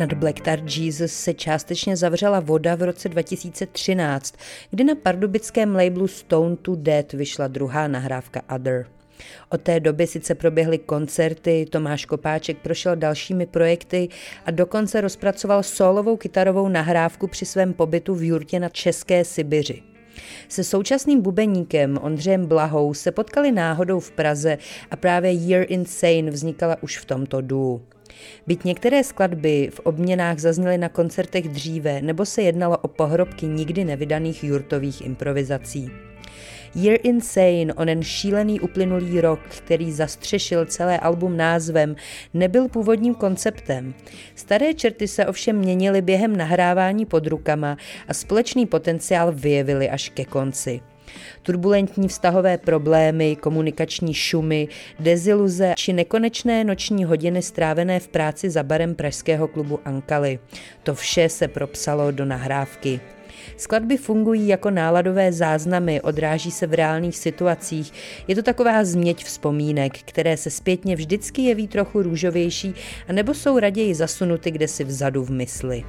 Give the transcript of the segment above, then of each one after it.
Nad Black Tar Jesus se částečně zavřela voda v roce 2013, kdy na pardubickém labelu Stone to Death vyšla druhá nahrávka Other. Od té doby sice proběhly koncerty, Tomáš Kopáček prošel dalšími projekty a dokonce rozpracoval sólovou kytarovou nahrávku při svém pobytu v jurtě na České Sibiři. Se současným bubeníkem Ondřejem Blahou se potkali náhodou v Praze a právě Year Insane vznikala už v tomto duu. Byť některé skladby v obměnách zazněly na koncertech dříve, nebo se jednalo o pohrobky nikdy nevydaných jurtových improvizací. Year Insane, onen šílený uplynulý rok, který zastřešil celé album názvem, nebyl původním konceptem. Staré čerty se ovšem měnily během nahrávání pod rukama a společný potenciál vyjevili až ke konci. Turbulentní vztahové problémy, komunikační šumy, deziluze či nekonečné noční hodiny strávené v práci za barem pražského klubu Ankaly. To vše se propsalo do nahrávky. Skladby fungují jako náladové záznamy, odráží se v reálných situacích. Je to taková změť vzpomínek, které se zpětně vždycky jeví trochu růžovější, anebo jsou raději zasunuty kdesi vzadu v mysli.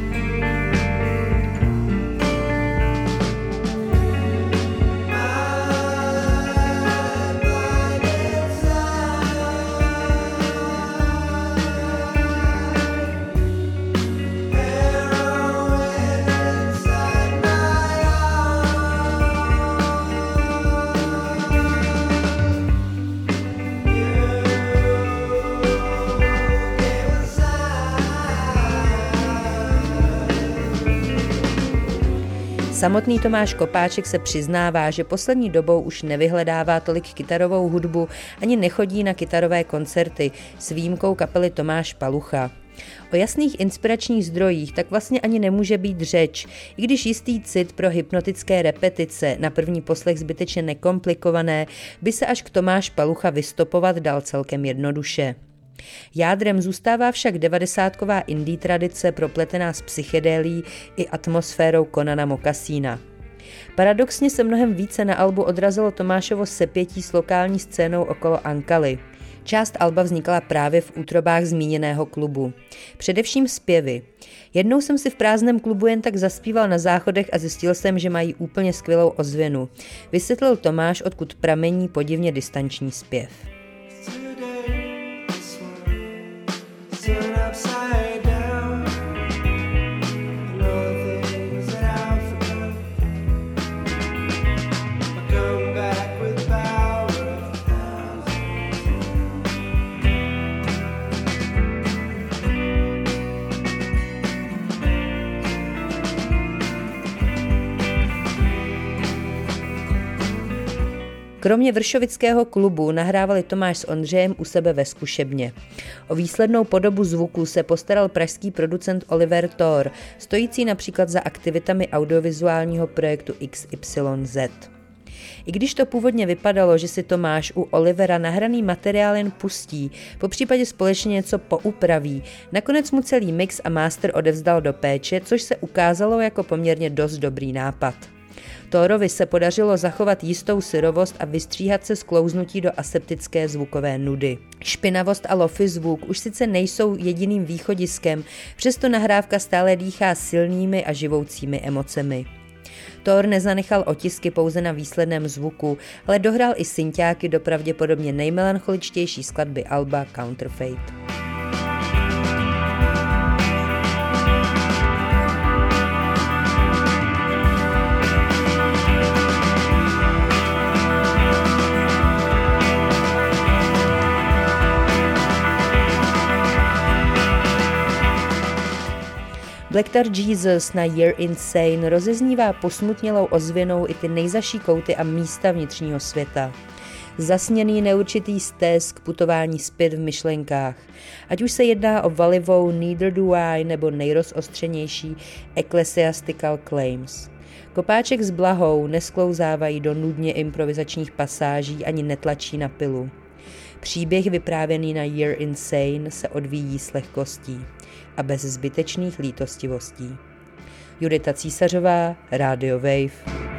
Samotný Tomáš Kopáček se přiznává, že poslední dobou už nevyhledává tolik kytarovou hudbu ani nechodí na kytarové koncerty s výjimkou kapely Tomáš Palucha. O jasných inspiračních zdrojích tak vlastně ani nemůže být řeč, i když jistý cit pro hypnotické repetice, na první poslech zbytečně nekomplikované, by se až k Tomáš Palucha vystopovat dal celkem jednoduše. Jádrem zůstává však 90ková indie tradice propletená s psychedelí i atmosférou Conana Mocasina. Paradoxně se mnohem více na albu odrazilo Tomášovo sepětí s lokální scénou okolo Ankaly. Část alba vznikala právě v útrobách zmíněného klubu. Především zpěvy. Jednou jsem si v prázdném klubu jen tak zaspíval na záchodech a zjistil jsem, že mají úplně skvělou ozvěnu. Vysvětlil Tomáš, odkud pramení podivně distanční zpěv. Kromě vršovického klubu nahrávali Tomáš s Ondřejem u sebe ve zkušebně. O výslednou podobu zvuku se postaral pražský producent Oliver Thor, stojící například za aktivitami audiovizuálního projektu XYZ. I když to původně vypadalo, že si Tomáš u Olivera nahraný materiál jen pustí, popřípadě společně něco poupraví, nakonec mu celý mix a master odevzdal do péče, což se ukázalo jako poměrně dost dobrý nápad. Thorovi se podařilo zachovat jistou syrovost a vystříhat se sklouznutí do aseptické zvukové nudy. Špinavost a lofi zvuk už sice nejsou jediným východiskem, přesto nahrávka stále dýchá silnými a živoucími emocemi. Thor nezanechal otisky pouze na výsledném zvuku, ale dohrál i synťáky do pravděpodobně nejmelancholičtější skladby alba Counterfeit. Black Tar Jesus na Year Insane rozeznívá posmutnělou ozvěnou i ty nejzaší kouty a místa vnitřního světa. Zasněný neurčitý stesk putování zpět v myšlenkách. Ať už se jedná o valivou Neither Do I nebo nejrozostřenější Ecclesiastical Claims. Kopáček s Blahou nesklouzávají do nudně improvizačních pasáží ani netlačí na pilu. Příběh vyprávěný na Year Insane se odvíjí s lehkostí a bez zbytečných lítostivostí. Judita Císařová, Radio Wave.